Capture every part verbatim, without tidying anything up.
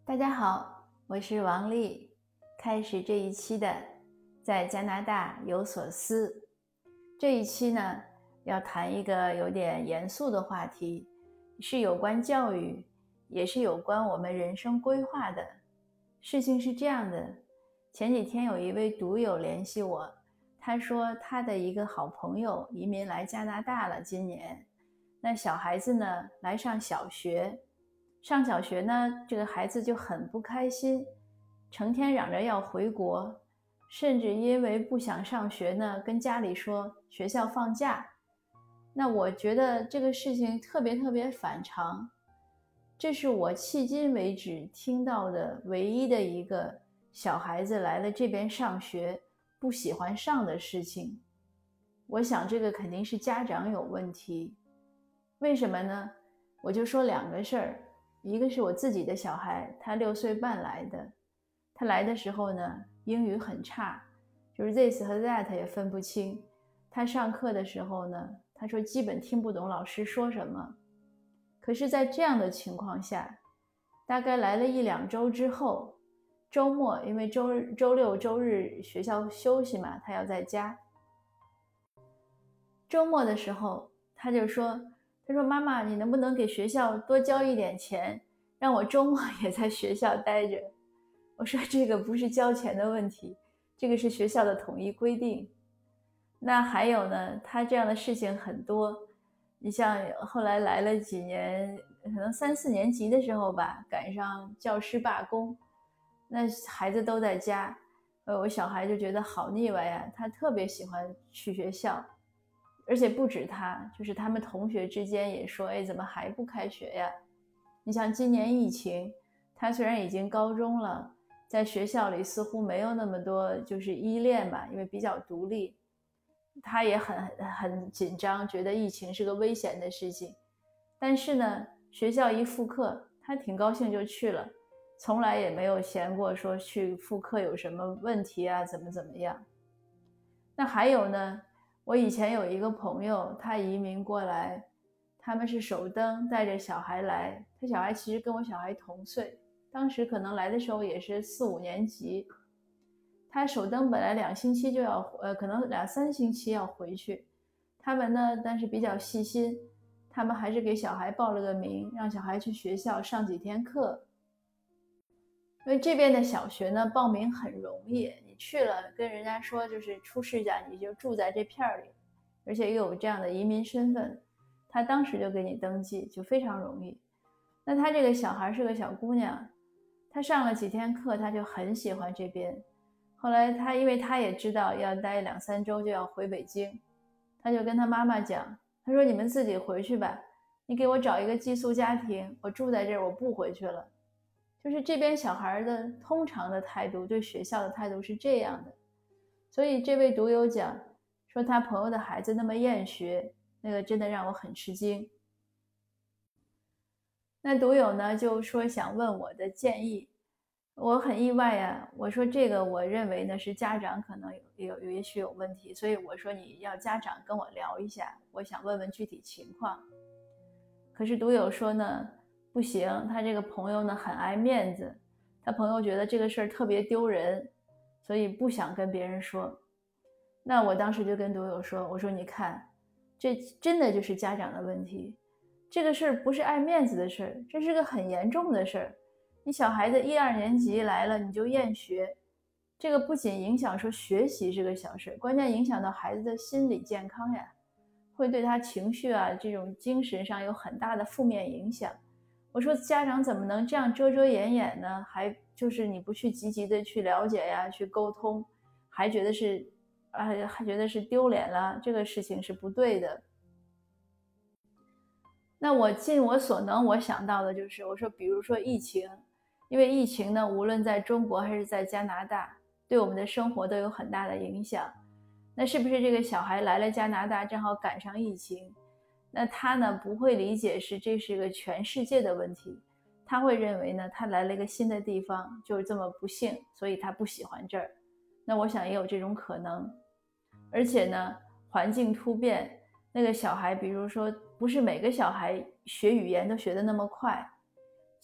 大家好，我是王丽，开始这一期的在加拿大有所思。这一期呢，要谈一个有点严肃的话题，是有关教育，也是有关我们人生规划的。事情是这样的，前几天有一位读友联系我，他说他的一个好朋友移民来加拿大了，今年那小孩子呢来上小学。上小学呢，这个孩子就很不开心，成天嚷着要回国，甚至因为不想上学呢，跟家里说学校放假。那我觉得这个事情特别特别反常，这是我迄今为止听到的唯一的一个小孩子来了这边上学不喜欢上的事情。我想这个肯定是家长有问题。为什么呢？我就说两个事儿。一个是我自己的小孩，他六岁半来的，他来的时候呢，英语很差，就是 this 和 that 也分不清。他上课的时候呢，他说基本听不懂老师说什么。可是在这样的情况下，大概来了一两周之后，周末因为周周六周日学校休息嘛，他要在家。周末的时候，他就说他说妈妈，你能不能给学校多交一点钱，让我周末也在学校待着？我说这个不是交钱的问题，这个是学校的统一规定。那还有呢，他这样的事情很多。你像后来来了几年，可能三四年级的时候吧，赶上教师罢工，那孩子都在家，呃，我小孩就觉得好腻歪呀，他特别喜欢去学校。而且不止他，就是他们同学之间也说，哎，怎么还不开学呀？你像今年疫情，他虽然已经高中了，在学校里似乎没有那么多就是依恋吧，因为比较独立，他也很很紧张，觉得疫情是个危险的事情。但是呢，学校一复课，他挺高兴就去了，从来也没有嫌过说去复课有什么问题啊，怎么怎么样。那还有呢，我以前有一个朋友，他移民过来，他们是首登带着小孩来，他小孩其实跟我小孩同岁，当时可能来的时候也是四五年级。他首登本来两星期就要，呃，可能两三星期要回去。他们呢，但是比较细心，他们还是给小孩报了个名，让小孩去学校上几天课。因为这边的小学呢，报名很容易，你去了跟人家说就是出示一下，你就住在这片里，而且又有这样的移民身份，他当时就给你登记，就非常容易。那他这个小孩是个小姑娘，她上了几天课，她就很喜欢这边。后来她因为她也知道要待两三周就要回北京，她就跟她妈妈讲，她说你们自己回去吧，你给我找一个寄宿家庭，我住在这儿，我不回去了。就是这边小孩的通常的态度，对学校的态度是这样的。所以这位读友讲说他朋友的孩子那么厌学，那个真的让我很吃惊。那读友呢就说想问我的建议，我很意外呀。我说这个我认为呢是家长可能有有也许有问题，所以我说你要家长跟我聊一下，我想问问具体情况。可是读友说呢不行，他这个朋友呢很爱面子，他朋友觉得这个事儿特别丢人，所以不想跟别人说。那我当时就跟读友说，我说你看，这真的就是家长的问题，这个事儿不是爱面子的事儿，这是个很严重的事儿。你小孩子一二年级来了你就厌学，这个不仅影响说学习是个小事，关键影响到孩子的心理健康呀，会对他情绪啊这种精神上有很大的负面影响。我说家长怎么能这样遮遮掩掩呢？还就是你不去积极的去了解呀，去沟通，还觉得是啊，还觉得是丢脸了，这个事情是不对的。那我尽我所能，我想到的就是，我说比如说疫情，因为疫情呢，无论在中国还是在加拿大，对我们的生活都有很大的影响。那是不是这个小孩来了加拿大，正好赶上疫情？那他呢不会理解是这是个全世界的问题，他会认为呢他来了一个新的地方就是这么不幸，所以他不喜欢这儿。那我想也有这种可能。而且呢环境突变，那个小孩比如说不是每个小孩学语言都学得那么快，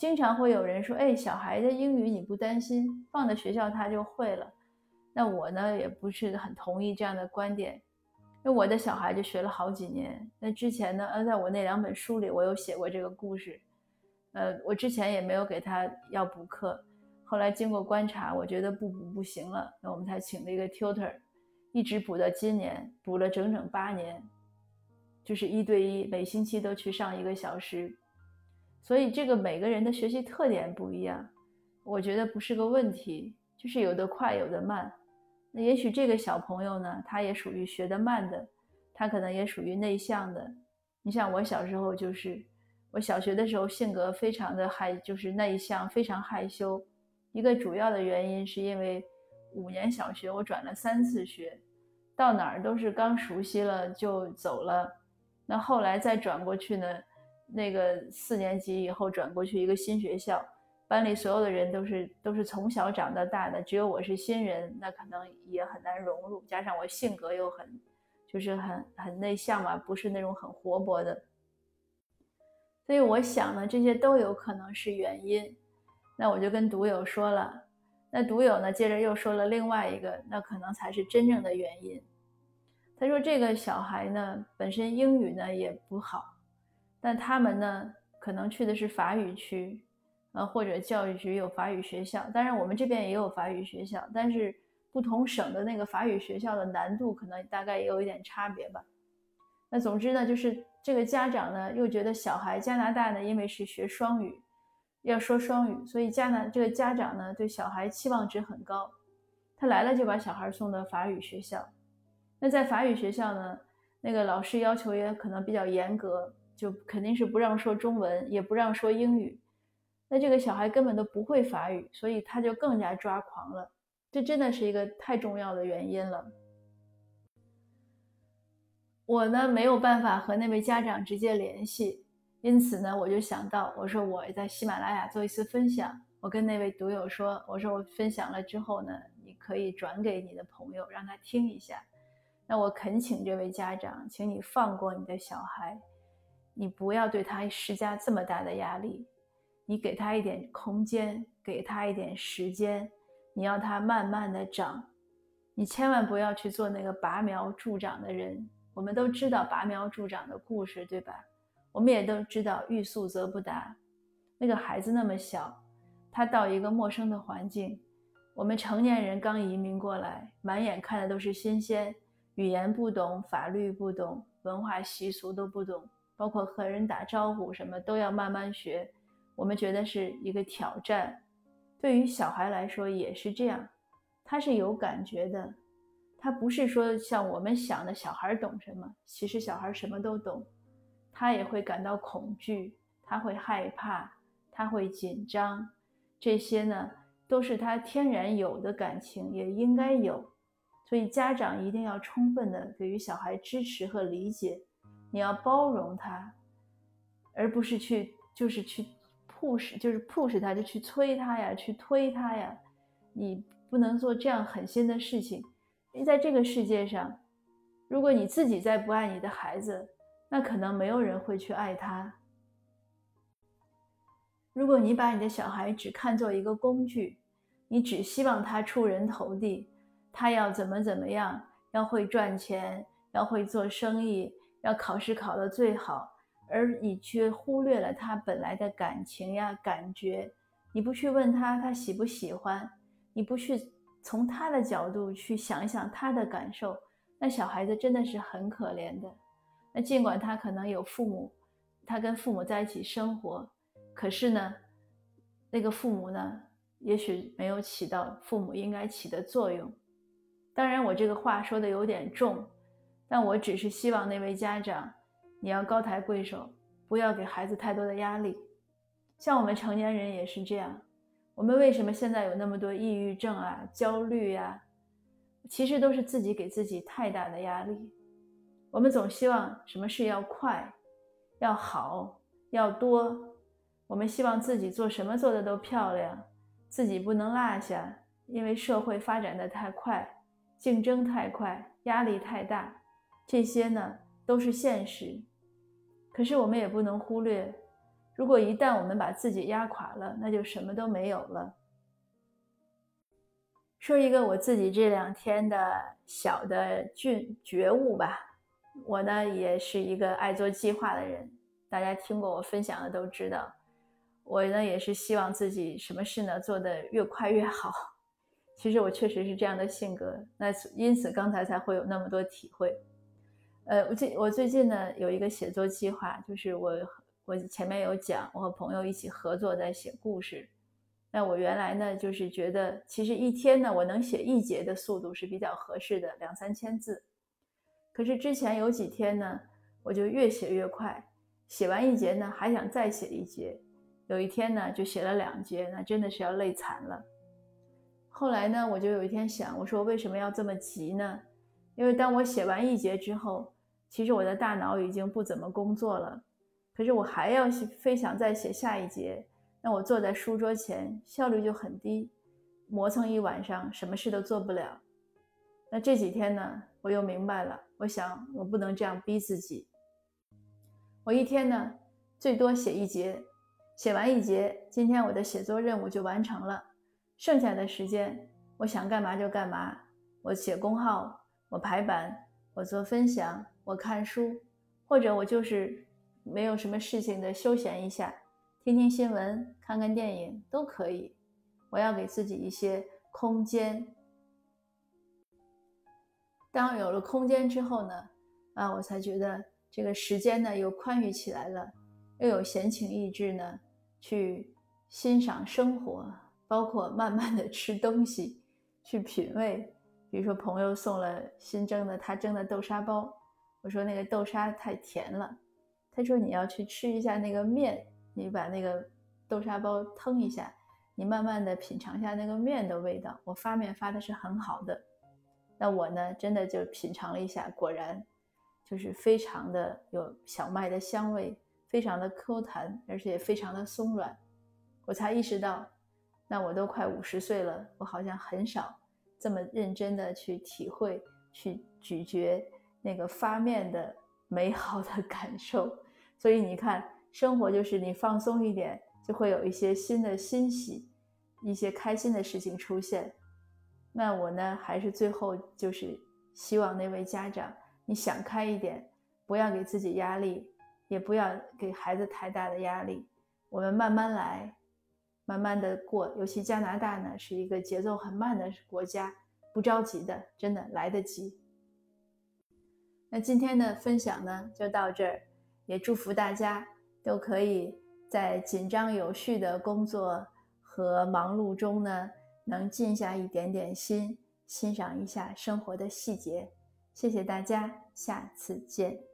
经常会有人说，哎，小孩的英语你不担心，放在学校他就会了。那我呢也不是很同意这样的观点，因为我的小孩就学了好几年。那之前呢，呃，在我那两本书里我有写过这个故事。呃，我之前也没有给他要补课，后来经过观察，我觉得不补不行了，那我们才请了一个 tutor， 一直补到今年，补了整整八年，就是一对一，每星期都去上一个小时。所以这个每个人的学习特点不一样，我觉得不是个问题，就是有的快有的慢。那也许这个小朋友呢，他也属于学得慢的，他可能也属于内向的。你像我小时候就是，我小学的时候性格非常的害，就是内向，非常害羞。一个主要的原因是因为五年小学我转了三次学，到哪儿都是刚熟悉了就走了。那后来再转过去呢，那个四年级以后转过去一个新学校，班里所有的人都是都是从小长到大的，只有我是新人，那可能也很难融入，加上我性格又很就是很很内向嘛，不是那种很活泼的。所以我想呢，这些都有可能是原因。那我就跟读友说了，那读友呢接着又说了另外一个，那可能才是真正的原因。他说这个小孩呢本身英语呢也不好，但他们呢可能去的是法语区，呃或者教育局有法语学校，当然我们这边也有法语学校，但是不同省的那个法语学校的难度可能大概也有一点差别吧。那总之呢，就是这个家长呢又觉得小孩加拿大呢因为是学双语，要说双语，所以加拿这个家长呢对小孩期望值很高，他来了就把小孩送到法语学校。那在法语学校呢，那个老师要求也可能比较严格，就肯定是不让说中文，也不让说英语。那这个小孩根本都不会法语，所以他就更加抓狂了。这真的是一个太重要的原因了。我呢没有办法和那位家长直接联系，因此呢我就想到，我说我在喜马拉雅做一次分享，我跟那位读友说，我说我分享了之后呢，你可以转给你的朋友让他听一下。那我恳请这位家长，请你放过你的小孩，你不要对他施加这么大的压力，你给他一点空间，给他一点时间，你要他慢慢的长，你千万不要去做那个拔苗助长的人。我们都知道拔苗助长的故事，对吧？我们也都知道欲速则不达。那个孩子那么小，他到一个陌生的环境，我们成年人刚移民过来，满眼看的都是新鲜，语言不懂，法律不懂，文化习俗都不懂，包括和人打招呼什么都要慢慢学，我们觉得是一个挑战。对于小孩来说也是这样，他是有感觉的，他不是说像我们想的小孩懂什么，其实小孩什么都懂，他也会感到恐惧，他会害怕，他会紧张，这些呢都是他天然有的感情，也应该有。所以家长一定要充分的给予小孩支持和理解，你要包容他，而不是去就是去 push， 就是 push 他，就去催他呀，去推他呀，你不能做这样狠心的事情。因为在这个世界上，如果你自己再不爱你的孩子，那可能没有人会去爱他。如果你把你的小孩只看作一个工具，你只希望他出人头地，他要怎么怎么样，要会赚钱，要会做生意，要考试考得最好，而你却忽略了他本来的感情呀、感觉，你不去问他他喜不喜欢，你不去从他的角度去想一想他的感受，那小孩子真的是很可怜的。那尽管他可能有父母，他跟父母在一起生活，可是呢，那个父母呢，也许没有起到父母应该起的作用。当然我这个话说的有点重，但我只是希望那位家长，你要高抬贵手，不要给孩子太多的压力。像我们成年人也是这样，我们为什么现在有那么多抑郁症啊、焦虑啊，其实都是自己给自己太大的压力。我们总希望什么事要快，要好，要多，我们希望自己做什么做的都漂亮，自己不能落下，因为社会发展的太快，竞争太快，压力太大，这些呢都是现实。可是我们也不能忽略， 如果一旦我们把自己压垮了，那就什么都没有了。说一个我自己这两天的小的觉觉悟吧。我呢也是一个爱做计划的人，大家听过我分享的都知道。我呢也是希望自己什么事呢做得越快越好。其实我确实是这样的性格，那因此刚才才会有那么多体会。呃，我最我最近呢有一个写作计划，就是我我前面有讲，我和朋友一起合作在写故事。那我原来呢就是觉得，其实一天呢我能写一节的速度是比较合适的，两三千字。可是之前有几天呢，我就越写越快，写完一节呢还想再写一节，有一天呢就写了两节，那真的是要累惨了。后来呢，我就有一天想，我说为什么要这么急呢？因为当我写完一节之后，其实我的大脑已经不怎么工作了，可是我还要非想再写下一节，那我坐在书桌前，效率就很低，磨蹭一晚上，什么事都做不了。那这几天呢，我又明白了，我想我不能这样逼自己。我一天呢，最多写一节，写完一节，今天我的写作任务就完成了。剩下的时间，我想干嘛就干嘛。我写公号，我排版，我做分享，我看书，或者我就是没有什么事情的休闲一下，听听新闻，看看电影都可以。我要给自己一些空间。当有了空间之后呢，啊，我才觉得这个时间呢又宽裕起来了，又有闲情逸致呢去欣赏生活。包括慢慢的吃东西，去品味。比如说朋友送了新蒸的他蒸的豆沙包，我说那个豆沙太甜了，他说你要去吃一下那个面，你把那个豆沙包腾一下，你慢慢的品尝一下那个面的味道，我发面发的是很好的。那我呢真的就品尝了一下，果然就是非常的有小麦的香味，非常的 Q 弹，而且也非常的松软。我才意识到，那我都快五十岁了，我好像很少这么认真的去体会、去咀嚼那个发面的美好的感受。所以你看，生活就是你放松一点，就会有一些新的欣喜，一些开心的事情出现。那我呢，还是最后就是希望那位家长，你想开一点，不要给自己压力，也不要给孩子太大的压力，我们慢慢来。慢慢的过，尤其加拿大呢是一个节奏很慢的国家，不着急的，真的来得及。那今天的分享呢就到这儿，也祝福大家都可以在紧张有序的工作和忙碌中呢，能静下一点点心，欣赏一下生活的细节。谢谢大家，下次见。